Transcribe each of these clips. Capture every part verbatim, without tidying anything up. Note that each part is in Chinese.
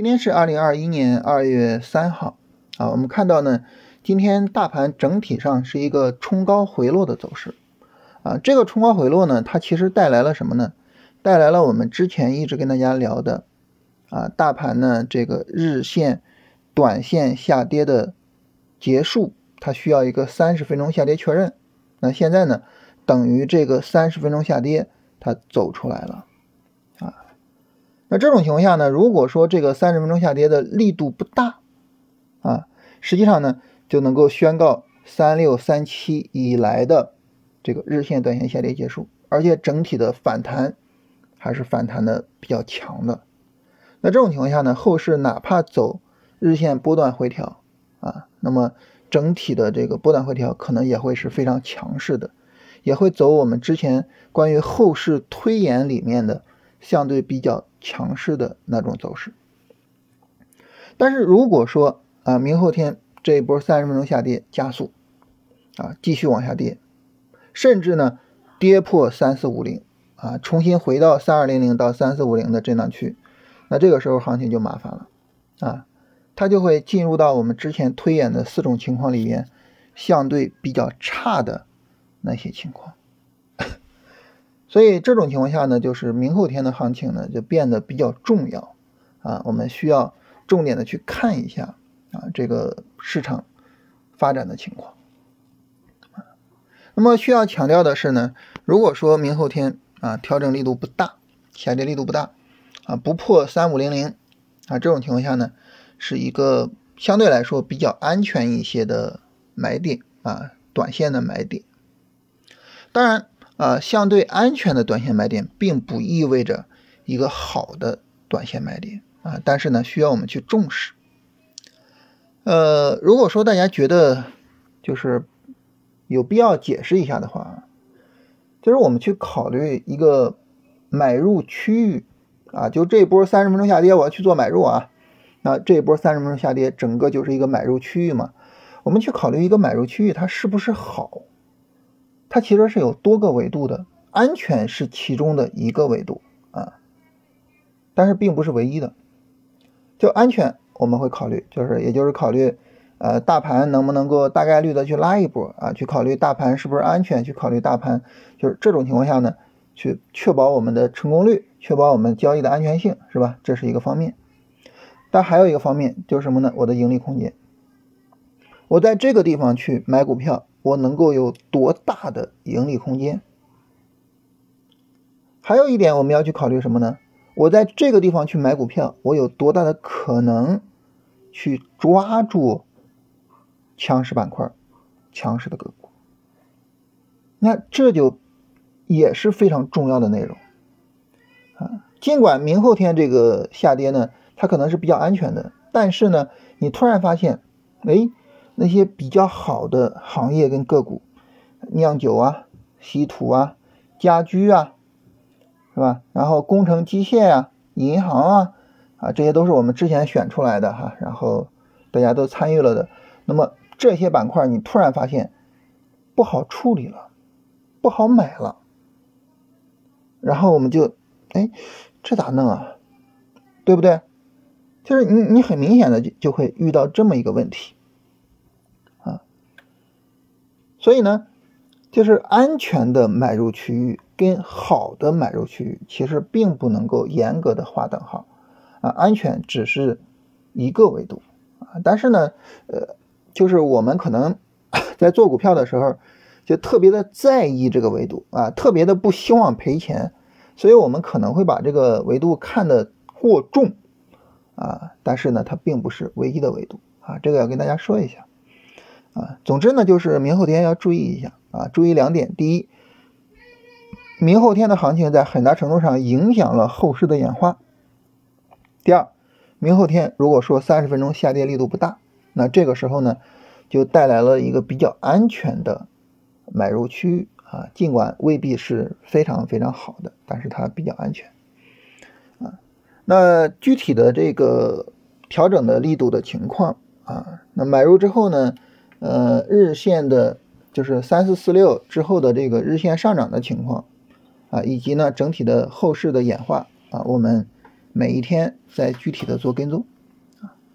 今天是二零二一年二月三号啊，我们看到呢，今天大盘整体上是一个冲高回落的走势啊。这个冲高回落呢，它其实带来了什么呢？带来了我们之前一直跟大家聊的啊，大盘呢这个日线、短线下跌的结束，它需要一个三十分钟下跌确认。那现在呢，等于这个三十分钟下跌它走出来了啊。那这种情况下呢，如果说这个三十分钟下跌的力度不大啊，实际上呢就能够宣告三六三七以来的这个日线短线下跌结束，而且整体的反弹还是反弹的比较强的。那这种情况下呢，后市哪怕走日线波段回调啊，那么整体的这个波段回调可能也会是非常强势的，也会走我们之前关于后市推演里面的相对比较强势的那种走势。但是如果说啊，明后天这一波三十分钟下跌加速啊，继续往下跌，甚至呢跌破三四五零啊，重新回到三二零零到三四五零的震荡区，那这个时候行情就麻烦了啊，它就会进入到我们之前推演的四种情况里面相对比较差的那些情况。所以这种情况下呢，就是明后天的行情呢就变得比较重要啊，我们需要重点的去看一下啊这个市场发展的情况。那么需要强调的是呢，如果说明后天啊调整力度不大，下跌力度不大啊，不破三五零零啊，这种情况下呢，是一个相对来说比较安全一些的买点啊，短线的买点。当然啊，相对安全的短线买点并不意味着一个好的短线买点啊，但是呢，需要我们去重视。呃，如果说大家觉得就是有必要解释一下的话，就是我们去考虑一个买入区域啊，就这一波三十分钟下跌我要去做买入啊，那这一波三十分钟下跌整个就是一个买入区域嘛，我们去考虑一个买入区域它是不是好，它其实是有多个维度的，安全是其中的一个维度啊，但是并不是唯一的。就安全我们会考虑，就是也就是考虑呃，大盘能不能够大概率的去拉一波啊？去考虑大盘是不是安全，去考虑大盘就是这种情况下呢，去确保我们的成功率，确保我们交易的安全性，是吧？这是一个方面。但还有一个方面就是什么呢？我的盈利空间。我在这个地方去买股票，我能够有多大的盈利空间？还有一点我们要去考虑什么呢？我在这个地方去买股票，我有多大的可能去抓住强势板块、强势的个股？那这就也是非常重要的内容啊。尽管明后天这个下跌呢，它可能是比较安全的，但是呢，你突然发现，哎，那些比较好的行业跟个股，酿酒啊、稀土啊、家居啊，是吧？然后工程机械啊、银行啊，啊，这些都是我们之前选出来的哈，然后大家都参与了的。那么这些板块你突然发现不好处理了，不好买了，然后我们就，哎，这咋弄啊？对不对？就是你你很明显的就就会遇到这么一个问题啊。所以呢，就是安全的买入区域跟好的买入区域其实并不能够严格的划等号啊，安全只是一个维度啊，但是呢，呃，就是我们可能在做股票的时候就特别的在意这个维度啊，特别的不希望赔钱，所以我们可能会把这个维度看得过重啊，但是呢，它并不是唯一的维度啊，这个要跟大家说一下啊。总之呢，就是明后天要注意一下啊，注意两点。第一，明后天的行情在很大程度上影响了后市的演化。第二，明后天如果说三十分钟下跌力度不大，那这个时候呢，就带来了一个比较安全的买入区域啊，尽管未必是非常非常好的，但是它比较安全啊。那具体的这个调整的力度的情况啊，那买入之后呢，呃，日线的就是三四四六之后的这个日线上涨的情况啊，以及呢整体的后市的演化啊，我们每一天在具体的做跟踪。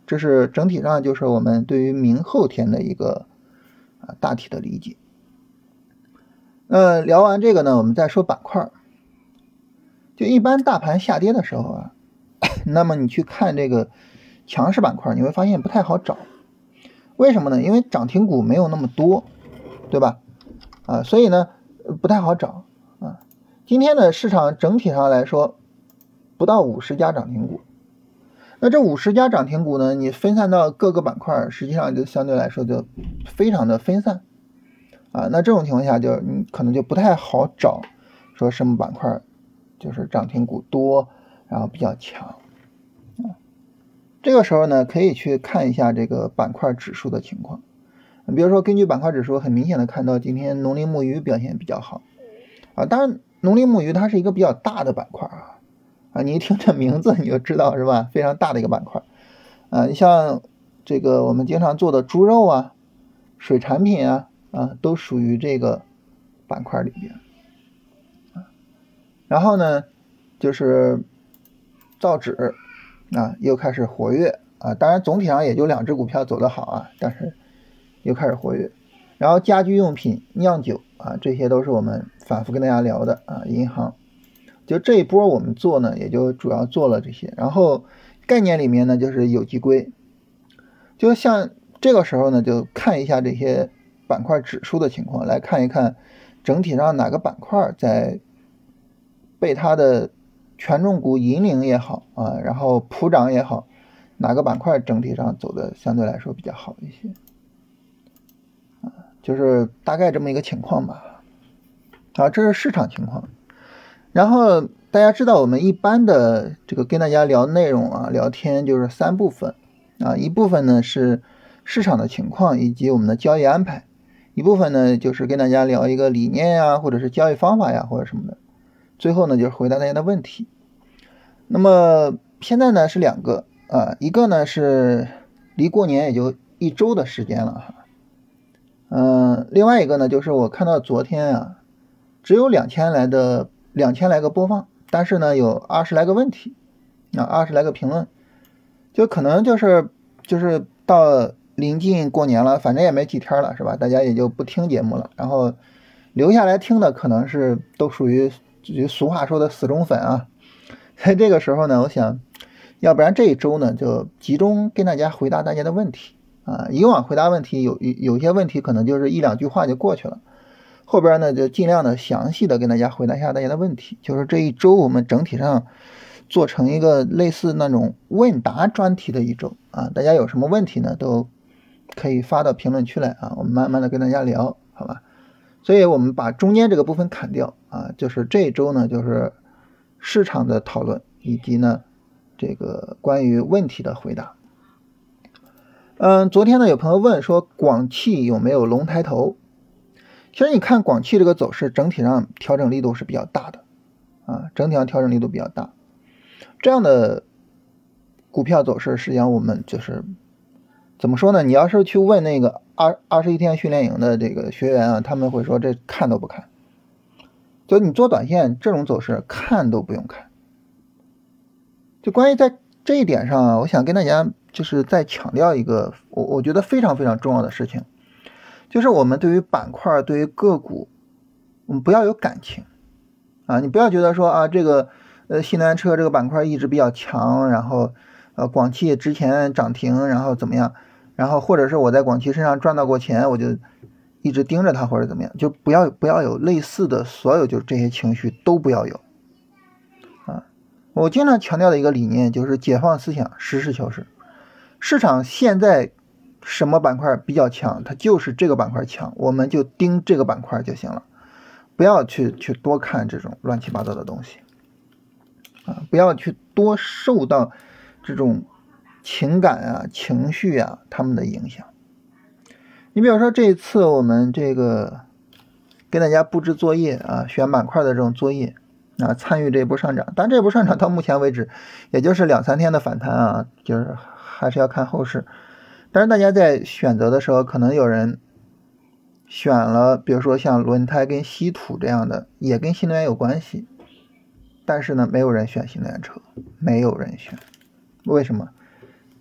这是整体上就是我们对于明后天的一个啊大体的理解。那聊完这个呢，我们再说板块。就一般大盘下跌的时候啊，那么你去看这个强势板块，你会发现不太好找。为什么呢？因为涨停股没有那么多，对吧？啊，所以呢不太好找啊。今天的市场整体上来说，不到五十家涨停股。那这五十家涨停股呢，你分散到各个板块，实际上就相对来说就非常的分散啊。那这种情况下，就你可能就不太好找，说什么板块就是涨停股多，然后比较强啊。这个时候呢，可以去看一下这个板块指数的情况。比如说，根据板块指数，很明显的看到今天农林牧渔表现比较好啊。当然，农林牧渔它是一个比较大的板块啊。啊，你一听这名字你就知道是吧？非常大的一个板块，啊，你像这个我们经常做的猪肉啊、水产品啊，啊，都属于这个板块里边。啊，然后呢，就是造纸啊，又开始活跃啊，当然总体上也就两只股票走得好啊，但是又开始活跃。然后家居用品、酿酒啊，这些都是我们反复跟大家聊的啊，银行。就这一波我们做呢，也就主要做了这些。然后概念里面呢，就是有机硅。就像这个时候呢，就看一下这些板块指数的情况，来看一看整体上哪个板块在被它的权重股引领也好啊，然后普涨也好，哪个板块整体上走的相对来说比较好一些啊，就是大概这么一个情况吧。啊，这是市场情况。然后大家知道我们一般的这个跟大家聊内容啊，聊天就是三部分啊，一部分呢是市场的情况以及我们的交易安排，一部分呢就是跟大家聊一个理念呀，或者是交易方法呀，或者什么的，最后呢就是回答大家的问题。那么现在呢是两个啊，一个呢是离过年也就一周的时间了哈，嗯，另外一个呢就是我看到昨天啊，只有两千来的。两千来个播放，但是呢有二十来个问题啊，二十来个评论，就可能就是就是到临近过年了，反正也没几天了是吧，大家也就不听节目了，然后留下来听的可能是都属于俗话说的死忠粉啊。在这个时候呢，我想要不然这一周呢就集中跟大家回答大家的问题啊。以往回答问题有有些问题可能就是一两句话就过去了，后边呢就尽量的详细的跟大家回答一下大家的问题，就是这一周我们整体上做成一个类似那种问答专题的一周啊，大家有什么问题呢都可以发到评论区来啊，我们慢慢的跟大家聊，好吧？所以我们把中间这个部分砍掉啊，就是这一周呢就是市场的讨论以及呢这个关于问题的回答。嗯，昨天呢有朋友问说广汽有没有龙抬头？其实你看广汽这个走势整体上调整力度是比较大的啊，整体上调整力度比较大，这样的股票走势实际上我们就是怎么说呢，你要是去问那个二二十一天训练营的这个学员啊，他们会说这看都不看，就你做短线这种走势看都不用看。就关于在这一点上啊，我想跟大家就是再强调一个我我觉得非常非常重要的事情，就是我们对于板块对于个股我们不要有感情啊，你不要觉得说啊这个呃新能源车这个板块一直比较强，然后呃广汽之前涨停然后怎么样，然后或者是我在广汽身上赚到过钱我就一直盯着它或者怎么样，就不要不要有类似的所有就这些情绪都不要有啊。我经常强调的一个理念就是解放思想，实事求是，市场现在什么板块比较强，它就是这个板块强，我们就盯这个板块就行了，不要去去多看这种乱七八糟的东西啊，不要去多受到这种情感啊情绪啊他们的影响。你比如说这一次我们这个跟大家布置作业啊，选板块的这种作业啊，参与这一波上涨，但这一波上涨到目前为止也就是两三天的反弹啊，就是还是要看后市。但是大家在选择的时候，可能有人选了比如说像轮胎跟稀土这样的，也跟新能源有关系，但是呢没有人选新能源车，没有人选。为什么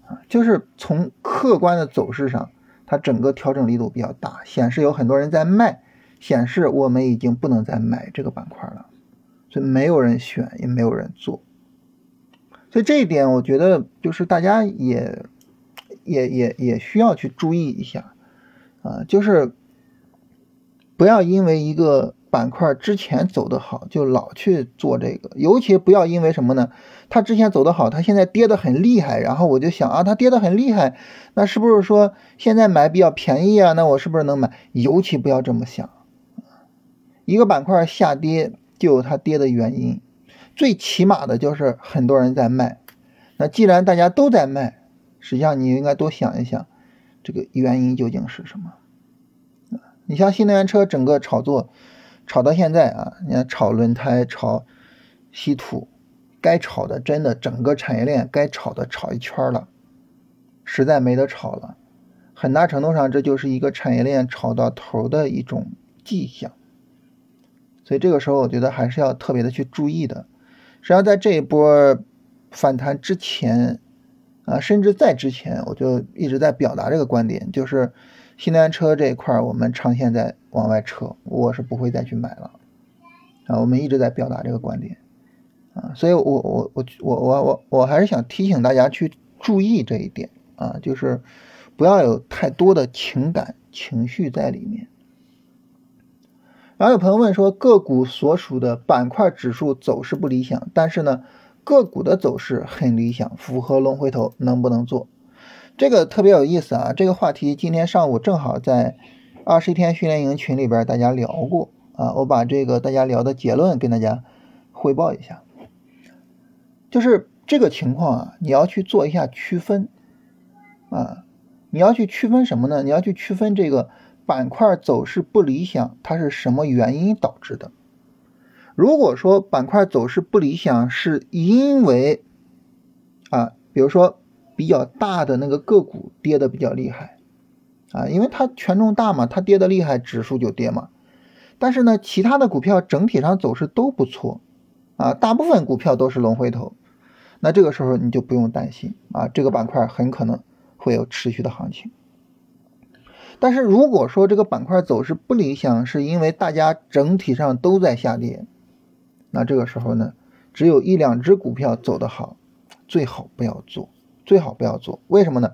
啊，就是从客观的走势上，它整个调整力度比较大，显示有很多人在卖，显示我们已经不能再买这个板块了，所以没有人选，也没有人做。所以这一点我觉得就是大家也也也也需要去注意一下啊，就是不要因为一个板块之前走得好就老去做这个，尤其不要因为什么呢？它之前走得好，它现在跌得很厉害，然后我就想啊，它跌得很厉害，那是不是说现在买比较便宜啊？那我是不是能买？尤其不要这么想。一个板块下跌就有它跌的原因，最起码的就是很多人在卖。那既然大家都在卖，实际上你应该多想一想，这个原因究竟是什么？你像新能源车整个炒作炒到现在啊，你看炒轮胎、炒稀土，该炒的真的整个产业链该炒的炒一圈了，实在没得炒了。很大程度上这就是一个产业链炒到头的一种迹象。所以这个时候我觉得还是要特别的去注意的。实际上在这一波反弹之前啊，甚至在之前我就一直在表达这个观点，就是新能源车这一块我们长线在往外撤，我是不会再去买了啊，我们一直在表达这个观点啊，所以我我我我我我我还是想提醒大家去注意这一点啊，就是不要有太多的情感情绪在里面。然后有朋友问说，个股所属的板块指数走势不理想，但是呢个股的走势很理想，符合龙回头，能不能做？这个特别有意思啊，这个话题今天上午正好在二十一天训练营群里边大家聊过啊，我把这个大家聊的结论跟大家汇报一下。就是这个情况啊，你要去做一下区分啊，你要去区分什么呢？你要去区分这个板块走势不理想，它是什么原因导致的？如果说板块走势不理想是因为啊，比如说比较大的那个个股跌得比较厉害啊，因为它权重大嘛，它跌得厉害，指数就跌嘛。但是呢，其他的股票整体上走势都不错啊，大部分股票都是龙回头，那这个时候你就不用担心啊，这个板块很可能会有持续的行情。但是如果说这个板块走势不理想是因为大家整体上都在下跌，那这个时候呢，只有一两只股票走得好，最好不要做，最好不要做。为什么呢？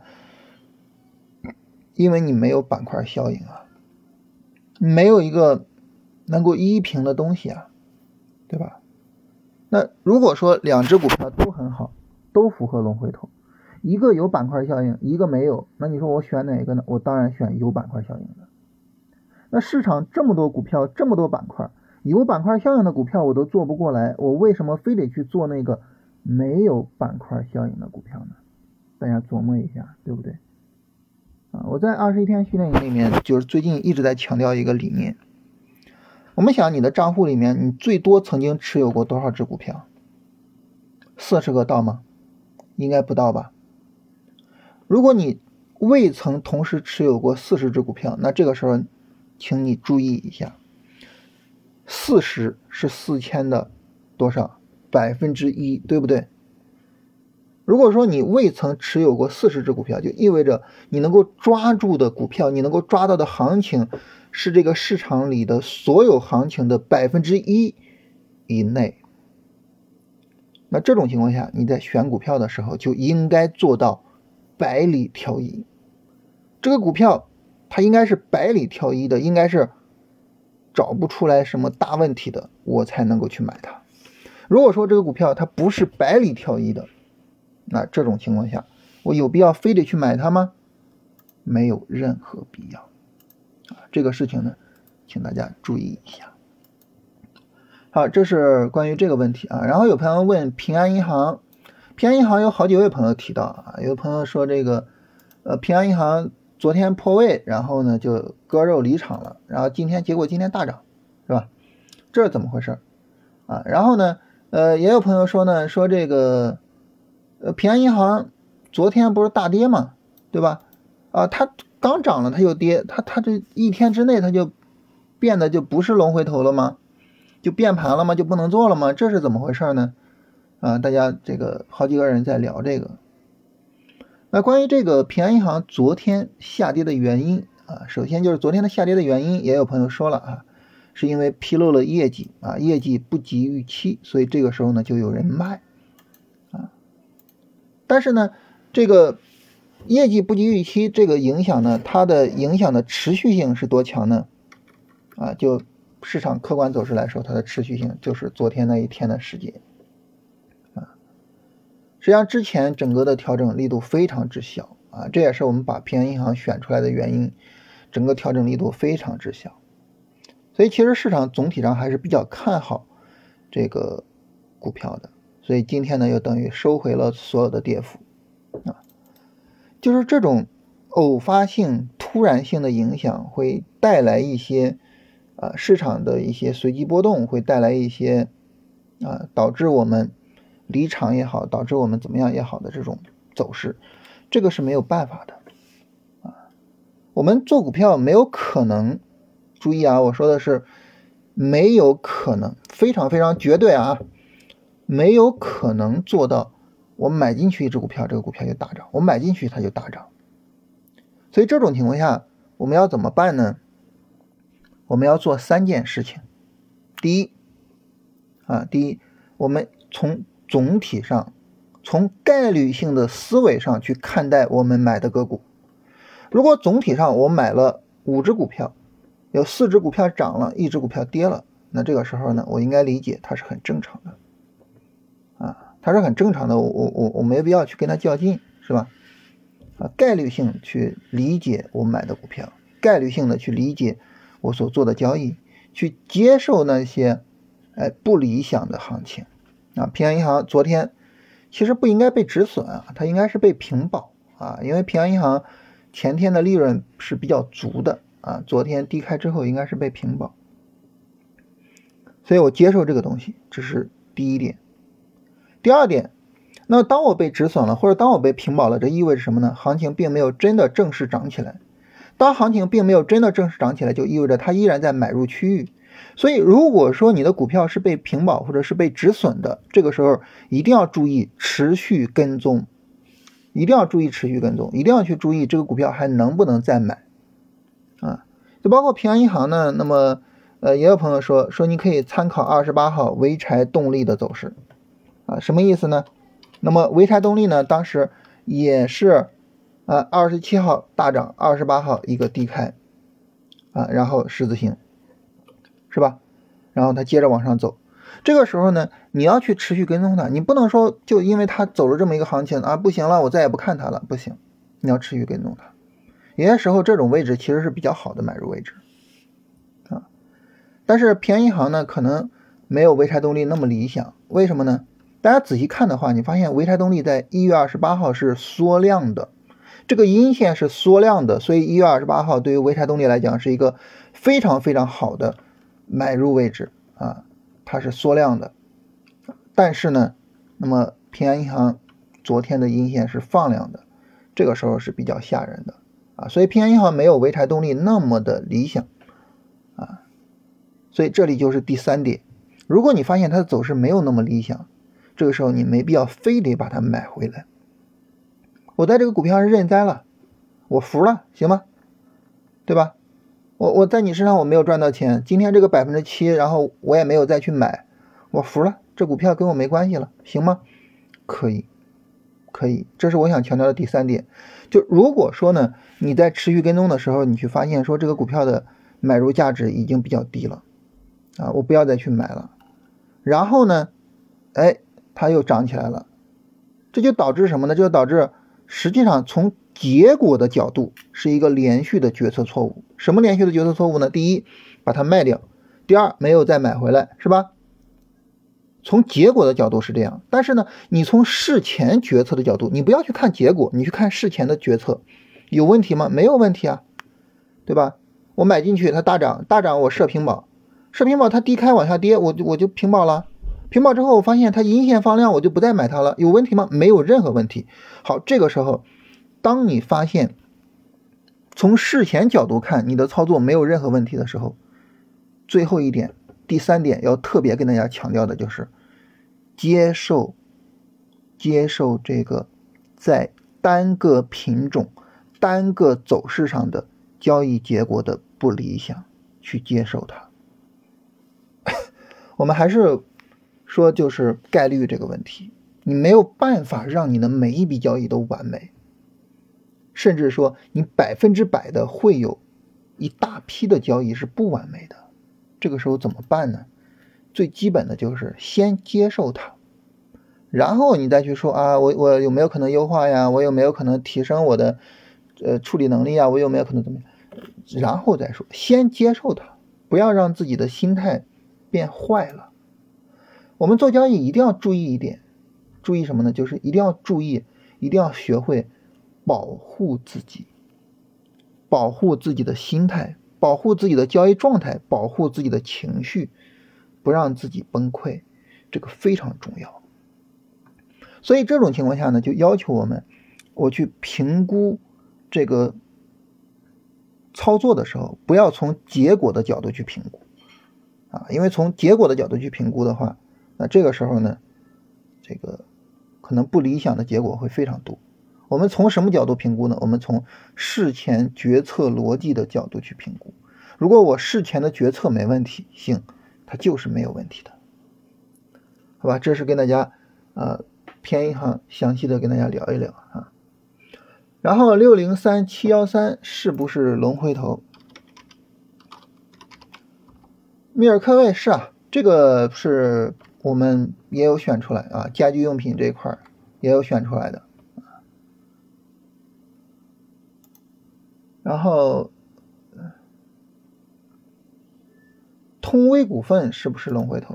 因为你没有板块效应啊，没有一个能够依凭的东西啊，对吧？那如果说两只股票都很好，都符合龙回头，一个有板块效应，一个没有，那你说我选哪个呢？我当然选有板块效应的。那市场这么多股票，这么多板块，有板块效应的股票我都做不过来，我为什么非得去做那个没有板块效应的股票呢？大家琢磨一下，对不对？啊，我在二十一天训练营里面，就是最近一直在强调一个理念。我们想你的账户里面，你最多曾经持有过多少只股票？四十个到吗？应该不到吧。如果你未曾同时持有过四十只股票，那这个时候请你注意一下，四十是四千的多少？百分之一，对不对？如果说你未曾持有过四十只股票，就意味着你能够抓住的股票，你能够抓到的行情是这个市场里的所有行情的百分之一以内。那这种情况下，你在选股票的时候就应该做到百里挑一。这个股票它应该是百里挑一的，应该是找不出来什么大问题的，我才能够去买它。如果说这个股票它不是百里挑一的，那这种情况下，我有必要非得去买它吗？没有任何必要啊！这个事情呢，请大家注意一下。好，这是关于这个问题啊。然后有朋友问平安银行，平安银行有好几位朋友提到啊，有朋友说这个呃平安银行昨天破位，然后呢就割肉离场了，然后今天结果今天大涨，是吧？这是怎么回事啊？然后呢，呃也有朋友说呢，说这个呃平安银行昨天不是大跌嘛，对吧？啊，它刚涨了它就跌，它它这一天之内它就变得就不是龙回头了吗？就变盘了吗？就不能做了吗？这是怎么回事呢？啊，大家这个好几个人在聊这个。 那关于这个平安银行昨天下跌的原因啊，首先就是昨天的下跌的原因，也有朋友说了啊，是因为披露了业绩啊，业绩不及预期，所以这个时候呢就有人卖啊。但是呢，这个业绩不及预期这个影响呢，它的影响的持续性是多强呢？啊，就市场客观走势来说，它的持续性就是昨天那一天的时间啊。实际上之前整个的调整力度非常之小啊，这也是我们把平安银行选出来的原因，整个调整力度非常之小。所以其实市场总体上还是比较看好这个股票的，所以今天呢又等于收回了所有的跌幅啊。就是这种偶发性突然性的影响会带来一些啊市场的一些随机波动，会带来一些啊导致我们离场也好，导致我们怎么样也好的这种走势，这个是没有办法的啊。我们做股票没有可能，注意啊，我说的是没有可能，非常非常绝对啊，没有可能做到我买进去一只股票，这个股票就大涨，我买进去它就大涨。所以这种情况下我们要怎么办呢？我们要做三件事情。第一啊，第一，我们从总体上，从概率性的思维上去看待我们买的个股。如果总体上我买了五只股票，有四只股票涨了，一只股票跌了，那这个时候呢，我应该理解它是很正常的啊，它是很正常的，我我我我没必要去跟它较劲，是吧？啊，概率性去理解我买的股票，概率性的去理解我所做的交易，去接受那些哎不理想的行情啊。平安银行昨天其实不应该被止损啊，它应该是被平保啊，因为平安银行前天的利润是比较足的啊，昨天低开之后应该是被平保，所以我接受这个东西，这是第一点。第二点，那当我被止损了，或者当我被平保了，这意味着什么呢？行情并没有真的正式涨起来。当行情并没有真的正式涨起来，就意味着它依然在买入区域。所以如果说你的股票是被平保或者是被止损的，这个时候一定要注意持续跟踪，一定要注意持续跟踪，一定要去注意这个股票还能不能再买啊。就包括平安银行呢，那么呃也有朋友说说你可以参考二十八号潍柴动力的走势啊，什么意思呢？那么潍柴动力呢，当时也是啊二十七号大涨，二十八号一个低开啊，然后十字星，是吧？然后它接着往上走，这个时候呢，你要去持续跟踪它，你不能说就因为它走了这么一个行情啊，不行了，我再也不看它了，不行，你要持续跟踪它。有些时候这种位置其实是比较好的买入位置啊，但是平安银行呢，可能没有潍柴动力那么理想，为什么呢？大家仔细看的话，你发现潍柴动力在一月二十八号是缩量的，这个阴线是缩量的，所以一月二十八号对于潍柴动力来讲是一个非常非常好的买入位置啊，它是缩量的。但是呢，那么平安银行昨天的阴线是放量的，这个时候是比较吓人的啊，所以平安银行没有潍柴动力那么的理想啊，所以这里就是第三点，如果你发现它的走势没有那么理想，这个时候你没必要非得把它买回来。我在这个股票上认栽了，我服了，行吗？对吧？我我在你身上我没有赚到钱，今天这个 百分之七， 然后我也没有再去买，我服了，这股票跟我没关系了，行吗？可以可以，这是我想强调的第三点。就如果说呢，你在持续跟踪的时候，你去发现说这个股票的买入价值已经比较低了啊，我不要再去买了，然后呢哎它又涨起来了，这就导致什么呢？这就导致实际上从结果的角度是一个连续的决策错误。什么连续的决策错误呢？第一，把它卖掉，第二，没有再买回来，是吧？从结果的角度是这样，但是呢，你从事前决策的角度，你不要去看结果，你去看事前的决策，有问题吗？没有问题啊，对吧？我买进去它大涨，大涨我设平保，设平保它低开往下跌，我就我就平保了。平保之后我发现它阴线放量，我就不再买它了，有问题吗？没有任何问题。好，这个时候当你发现从事前角度看你的操作没有任何问题的时候，最后一点，第三点要特别跟大家强调的就是接受接受这个在单个品种、单个走势上的交易结果的不理想去接受它。我们还是说就是概率这个问题，你没有办法让你的每一笔交易都完美，甚至说你百分之百的会有一大批的交易是不完美的。这个时候怎么办呢？最基本的就是先接受它，然后你再去说啊，我我有没有可能优化呀？我有没有可能提升我的呃处理能力啊？我有没有可能怎么样？然后再说，先接受它，不要让自己的心态变坏了。我们做交易一定要注意一点，注意什么呢？就是一定要注意，一定要学会保护自己，保护自己的心态，保护自己的交易状态，保护自己的情绪，不让自己崩溃，这个非常重要。所以这种情况下呢，就要求我们，我去评估这个操作的时候，不要从结果的角度去评估啊，因为从结果的角度去评估的话，那这个时候呢，这个可能不理想的结果会非常多。我们从什么角度评估呢？我们从事前决策逻辑的角度去评估。如果我事前的决策没问题，行，它就是没有问题的，好吧？这是跟大家呃偏一行详细的跟大家聊一聊啊。然后六零三七一三是不是龙回头？密尔科卫是啊，这个是我们也有选出来啊，家居用品这一块也有选出来的。然后通威股份是不是龙回头？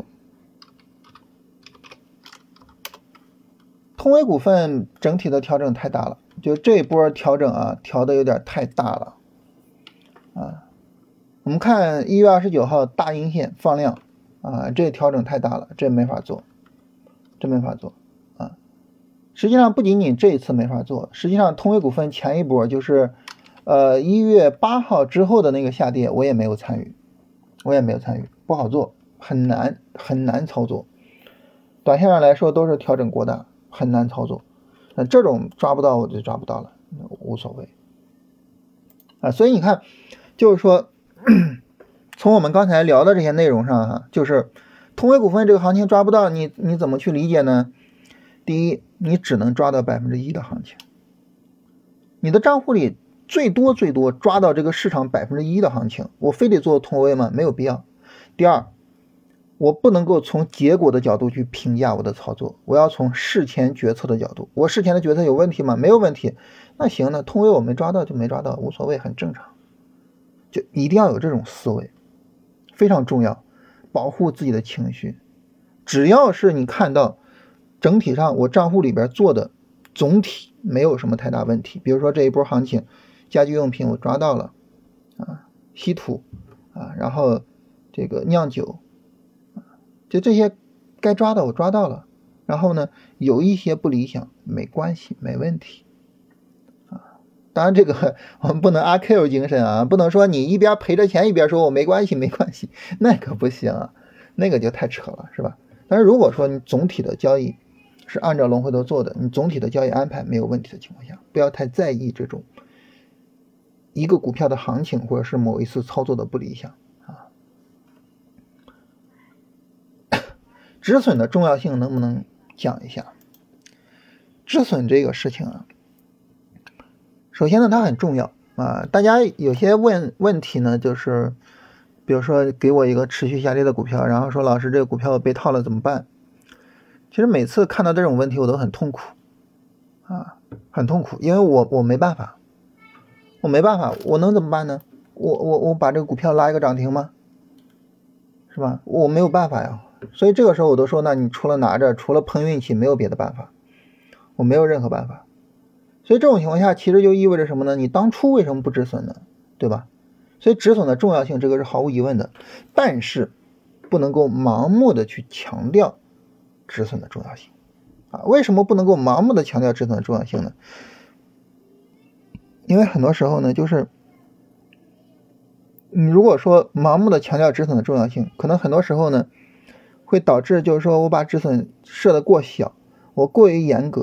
通威股份整体的调整太大了，就这一波调整啊，调的有点太大了啊。我们看一月二十九号大阴线放量啊，这调整太大了，这没法做，这没法做啊。实际上不仅仅这一次没法做，实际上通威股份前一波就是呃一月八号之后的那个下跌，我也没有参与，我也没有参与，不好做，很难很难操作。短线上来说都是调整过大，很难操作。那这种抓不到我就抓不到了，无所谓啊。所以你看，就是说从我们刚才聊的这些内容上哈，就是通威股份这个行情抓不到，你你怎么去理解呢？第一，你只能抓到百分之一的行情，你的账户里最多最多抓到这个市场百分之一的行情，我非得做通威吗？没有必要。第二，我不能够从结果的角度去评价我的操作，我要从事前决策的角度。我事前的决策有问题吗？没有问题。那行，那通威我没抓到就没抓到，无所谓，很正常。就一定要有这种思维，非常重要，保护自己的情绪。只要是你看到整体上我账户里边做的总体没有什么太大问题，比如说这一波行情家居用品我抓到了啊，稀土啊，然后这个酿酒，就这些该抓的我抓到了，然后呢有一些不理想没关系，没问题啊。当然这个我们不能阿 Q 精神啊，不能说你一边赔着钱一边说我没关系没关系，那可不行啊，那个就太扯了，是吧？但是如果说你总体的交易是按照龙回头做的，你总体的交易安排没有问题的情况下，不要太在意这种一个股票的行情或者是某一次操作的不理想啊。止损的重要性能不能讲一下？止损这个事情啊，首先呢它很重要啊。大家有些问问题呢，就是比如说给我一个持续下跌的股票，然后说老师这个股票我被套了怎么办？其实每次看到这种问题我都很痛苦啊，很痛苦，因为我我没办法，我没办法，我能怎么办呢？我我我把这个股票拉一个涨停吗？是吧？我没有办法呀。所以这个时候我都说，那你除了拿着，除了碰运气，没有别的办法，我没有任何办法。所以这种情况下，其实就意味着什么呢？你当初为什么不止损呢？对吧？所以止损的重要性，这个是毫无疑问的，但是不能够盲目的去强调止损的重要性啊。为什么不能够盲目的强调止损的重要性呢？因为很多时候呢，就是你如果说盲目的强调止损的重要性，可能很多时候呢会导致就是说我把止损设得过小，我过于严格，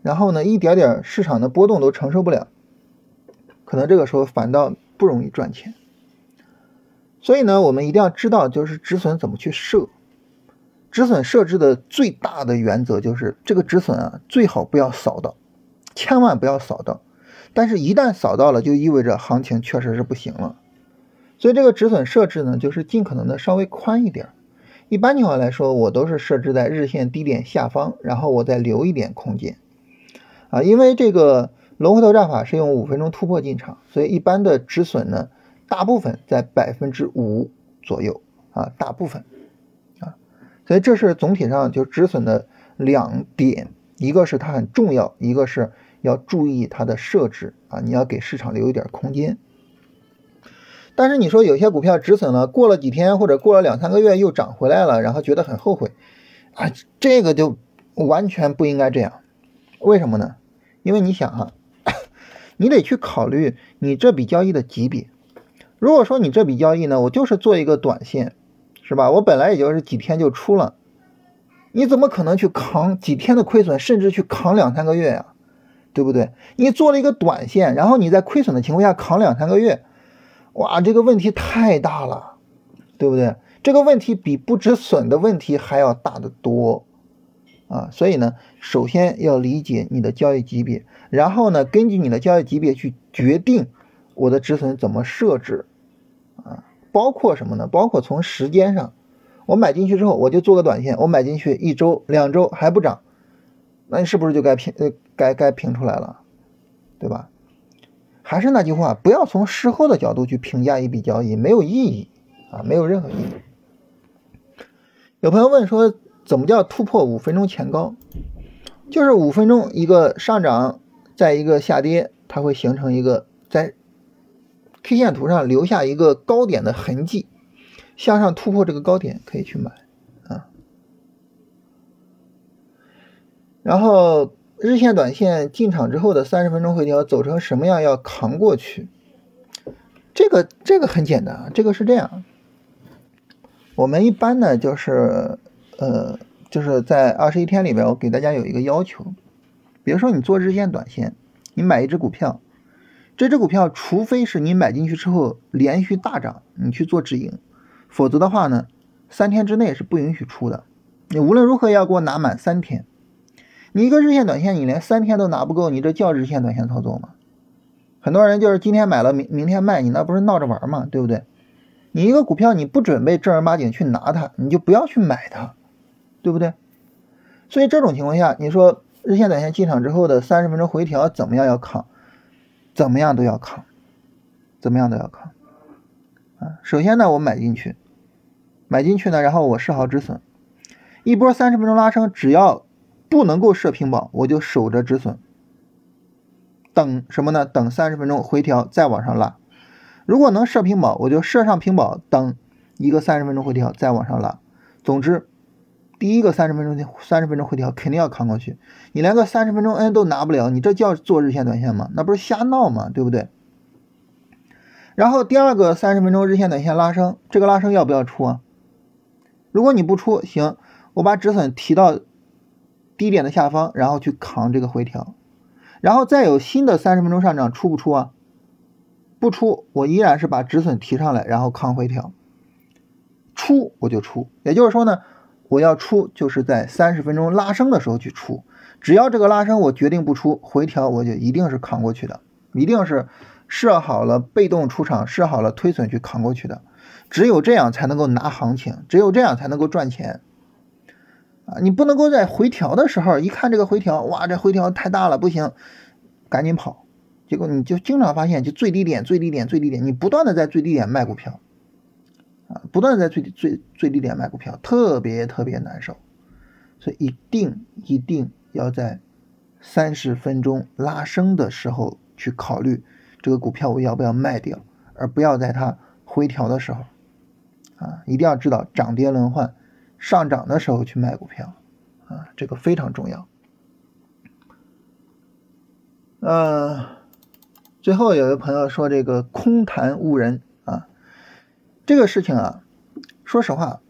然后呢一点点市场的波动都承受不了，可能这个时候反倒不容易赚钱。所以呢我们一定要知道就是止损怎么去设。止损设置的最大的原则就是这个止损啊最好不要扫到，千万不要扫到，但是一旦扫到了就意味着行情确实是不行了。所以这个止损设置呢就是尽可能的稍微宽一点。一般情况来说我都是设置在日线低点下方，然后我再留一点空间啊，因为这个龙回头战法是用五分钟突破进场，所以一般的止损呢大部分在 百分之五 左右啊，大部分啊，所以这是总体上就止损的两点，一个是它很重要，一个是要注意它的设置啊，你要给市场留一点空间。但是你说有些股票止损了，过了几天或者过了两三个月又涨回来了，然后觉得很后悔啊，这个就完全不应该这样。为什么呢？因为你想哈、啊，你得去考虑你这笔交易的级别。如果说你这笔交易呢，我就是做一个短线，是吧？我本来也就是几天就出了，你怎么可能去扛几天的亏损，甚至去扛两三个月呀、啊？对不对？你做了一个短线，然后你在亏损的情况下扛两三个月，哇，这个问题太大了，对不对？这个问题比不止损的问题还要大得多啊！所以呢，首先要理解你的交易级别，然后呢，根据你的交易级别去决定我的止损怎么设置啊，包括什么呢？包括从时间上，我买进去之后我就做个短线，我买进去一周两周还不涨，那你是不是就该平呃该该平出来了，对吧？还是那句话，不要从事后的角度去评价一笔交易，没有意义啊，没有任何意义。有朋友问说，怎么叫突破五分钟前高？就是五分钟一个上涨，在一个下跌，它会形成一个在 K 线图上留下一个高点的痕迹，向上突破这个高点可以去买啊。然后日线短线进场之后的三十分钟回调走成什么样要扛过去，这个这个很简单啊，这个是这样，我们一般呢就是呃就是在二十一天里边我给大家有一个要求，比如说你做日线短线，你买一只股票，这只股票除非是你买进去之后连续大涨你去做止盈，否则的话呢三天之内是不允许出的，你无论如何要给我拿满三天。你一个日线短线你连三天都拿不够，你这叫日线短线操作吗？很多人就是今天买了明明天卖，你那不是闹着玩吗？对不对？你一个股票你不准备正儿八经去拿它，你就不要去买它，对不对？所以这种情况下，你说日线短线进场之后的三十分钟回调怎么样要扛？怎么样都要扛，怎么样都要扛啊！首先呢，我买进去，买进去呢，然后我设好止损，一波三十分钟拉升，只要不能够设平保，我就守着止损，等什么呢？等三十分钟回调再往上拉。如果能设平保，我就设上平保，等一个三十分钟回调再往上拉。总之，第一个三十分钟三十分钟回调肯定要扛过去。你连个三十分钟 N 都拿不了，你这叫做日线短线吗？那不是瞎闹吗？对不对？然后第二个三十分钟日线短线拉升，这个拉升要不要出啊？如果你不出，行，我把止损提到低点的下方，然后去扛这个回调，然后再有新的三十分钟上涨，出不出啊？不出，我依然是把止损提上来，然后扛回调。出我就出，也就是说呢，我要出就是在三十分钟拉升的时候去出，只要这个拉升我决定不出，回调我就一定是扛过去的，一定是设好了被动出场，设好了推损去扛过去的，只有这样才能够拿行情，只有这样才能够赚钱啊！你不能够在回调的时候一看这个回调，哇，这回调太大了，不行，赶紧跑，结果你就经常发现就最低点最低点最低点，你不断的在最低点卖股票啊，不断的在最最最低点卖股票，特别特别难受。所以一定一定要在三十分钟拉升的时候去考虑这个股票我要不要卖掉，而不要在它回调的时候啊，一定要知道涨跌轮换，上涨的时候去卖股票啊，这个非常重要。呃，最后有一个朋友说这个空谈误人啊，这个事情啊，说实话，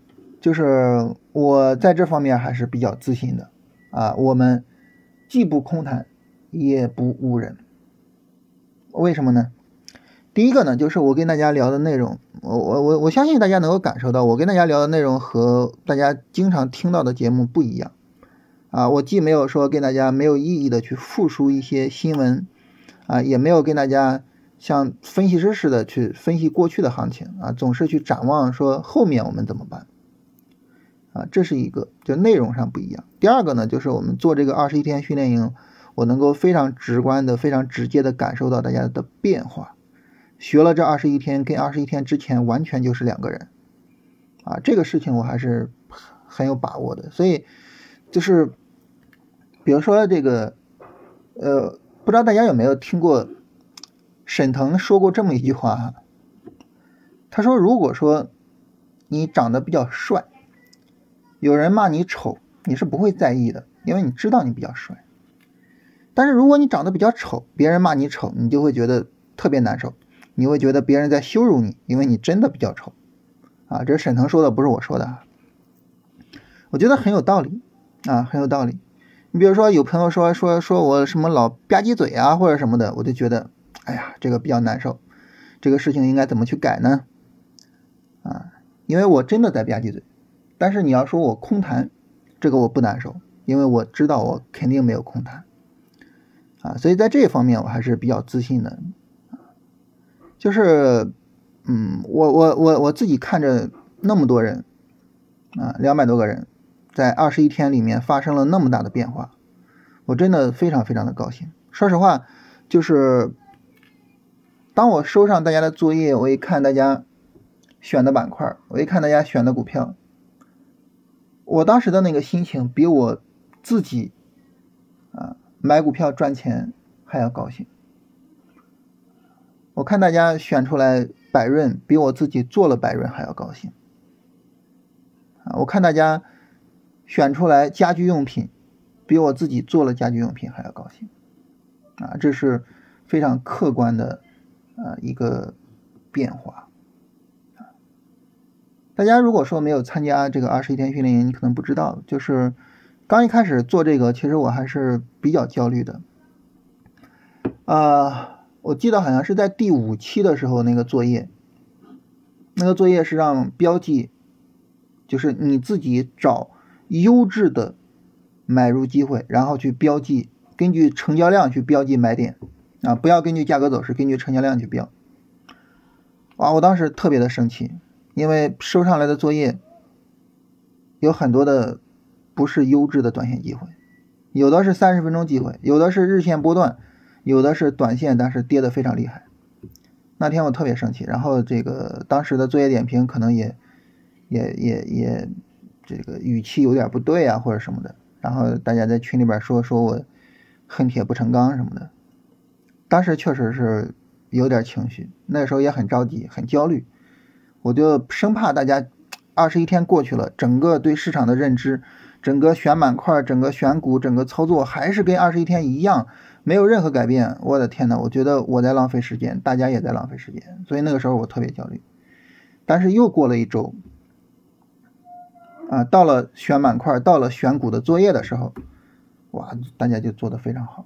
就是我在这方面还是比较自信的啊。我们既不空谈， 也不误人。为什么呢？第一个呢，就是我跟大家聊的内容，我我我我相信大家能够感受到，我跟大家聊的内容和大家经常听到的节目不一样啊。我既没有说跟大家没有意义的去复述一些新闻啊，也没有跟大家像分析师似的去分析过去的行情啊，总是去展望说后面我们怎么办啊，这是一个，就内容上不一样。第二个呢，就是我们做这个二十一天训练营，我能够非常直观的、非常直接的感受到大家的变化。学了这二十一天，跟二十一天之前完全就是两个人啊，这个事情我还是很有把握的。所以就是比如说这个呃，不知道大家有没有听过沈腾说过这么一句话哈，他说如果说你长得比较帅，有人骂你丑，你是不会在意的，因为你知道你比较帅。但是如果你长得比较丑，别人骂你丑，你就会觉得特别难受，你会觉得别人在羞辱你，因为你真的比较丑啊。这是沈腾说的，不是我说的啊。我觉得很有道理啊，很有道理。你比如说有朋友说说说我什么老吧唧嘴啊或者什么的，我就觉得哎呀这个比较难受，这个事情应该怎么去改呢？啊，因为我真的在吧唧嘴，但是你要说我空谈，这个我不难受，因为我知道我肯定没有空谈啊，所以在这一方面我还是比较自信的。就是嗯，我我我我自己看着那么多人啊，两百多个人在二十一天里面发生了那么大的变化，我真的非常非常的高兴。说实话，就是当我收上大家的作业，我一看大家选的板块，我一看大家选的股票，我当时的那个心情比我自己啊买股票赚钱还要高兴。我看大家选出来百润，比我自己做了百润还要高兴啊！我看大家选出来家居用品，比我自己做了家居用品还要高兴啊！这是非常客观的啊一个变化。大家如果说没有参加这个二十一天训练营，你可能不知道，就是刚一开始做这个，其实我还是比较焦虑的啊。我记得好像是在第五期的时候，那个作业，那个作业是让标记，就是你自己找优质的买入机会，然后去标记，根据成交量去标记买点啊，不要根据价格走势，根据成交量去标。哇，我当时特别的生气，因为收上来的作业有很多的不是优质的短线机会，有的是三十分钟机会，有的是日线波段，有的是短线，但是跌得非常厉害。那天我特别生气，然后这个当时的作业点评可能也也也也这个语气有点不对啊或者什么的，然后大家在群里边说说我恨铁不成钢什么的。当时确实是有点情绪，那时候也很着急很焦虑，我就生怕大家二十一天过去了，整个对市场的认知，整个选板块，整个选股，整个操作还是跟二十一天一样，没有任何改变。我的天哪，我觉得我在浪费时间，大家也在浪费时间，所以那个时候我特别焦虑。但是又过了一周啊，到了选板块，到了选股的作业的时候，哇，大家就做得非常好。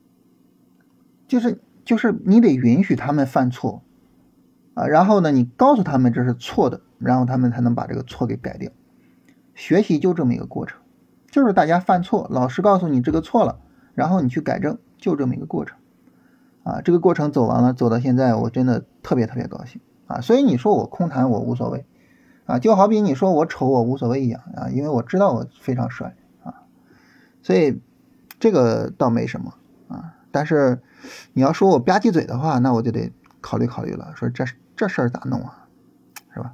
就是就是你得允许他们犯错啊，然后呢，你告诉他们这是错的，然后他们才能把这个错给改掉。学习就这么一个过程，就是大家犯错，老师告诉你这个错了，然后你去改正，就这么一个过程啊。这个过程走完了，走到现在，我真的特别特别高兴啊。所以你说我空谈我无所谓啊，就好比你说我丑我无所谓一样啊，因为我知道我非常帅啊，所以这个倒没什么啊。但是你要说我吧唧嘴的话，那我就得考虑考虑了，说这这事儿咋弄啊，是吧？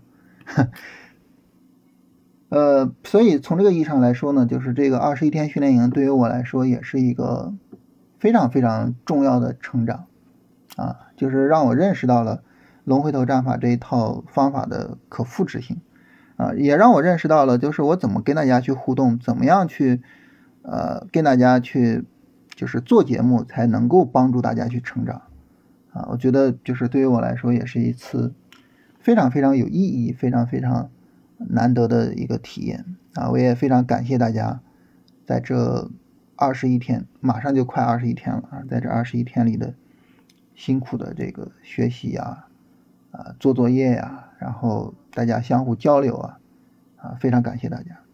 呃，所以从这个意义上来说呢，就是这个二十一天训练营对于我来说也是一个非常非常重要的成长啊，就是让我认识到了龙回头战法这一套方法的可复制性啊，也让我认识到了就是我怎么跟大家去互动，怎么样去呃跟大家去就是做节目才能够帮助大家去成长啊，我觉得就是对于我来说也是一次非常非常有意义，非常非常难得的一个体验啊！我也非常感谢大家在这二十一天，马上就快二十一天了啊，在这二十一天里的辛苦的这个学习呀，啊，做作业呀，然后大家相互交流啊，啊，非常感谢大家。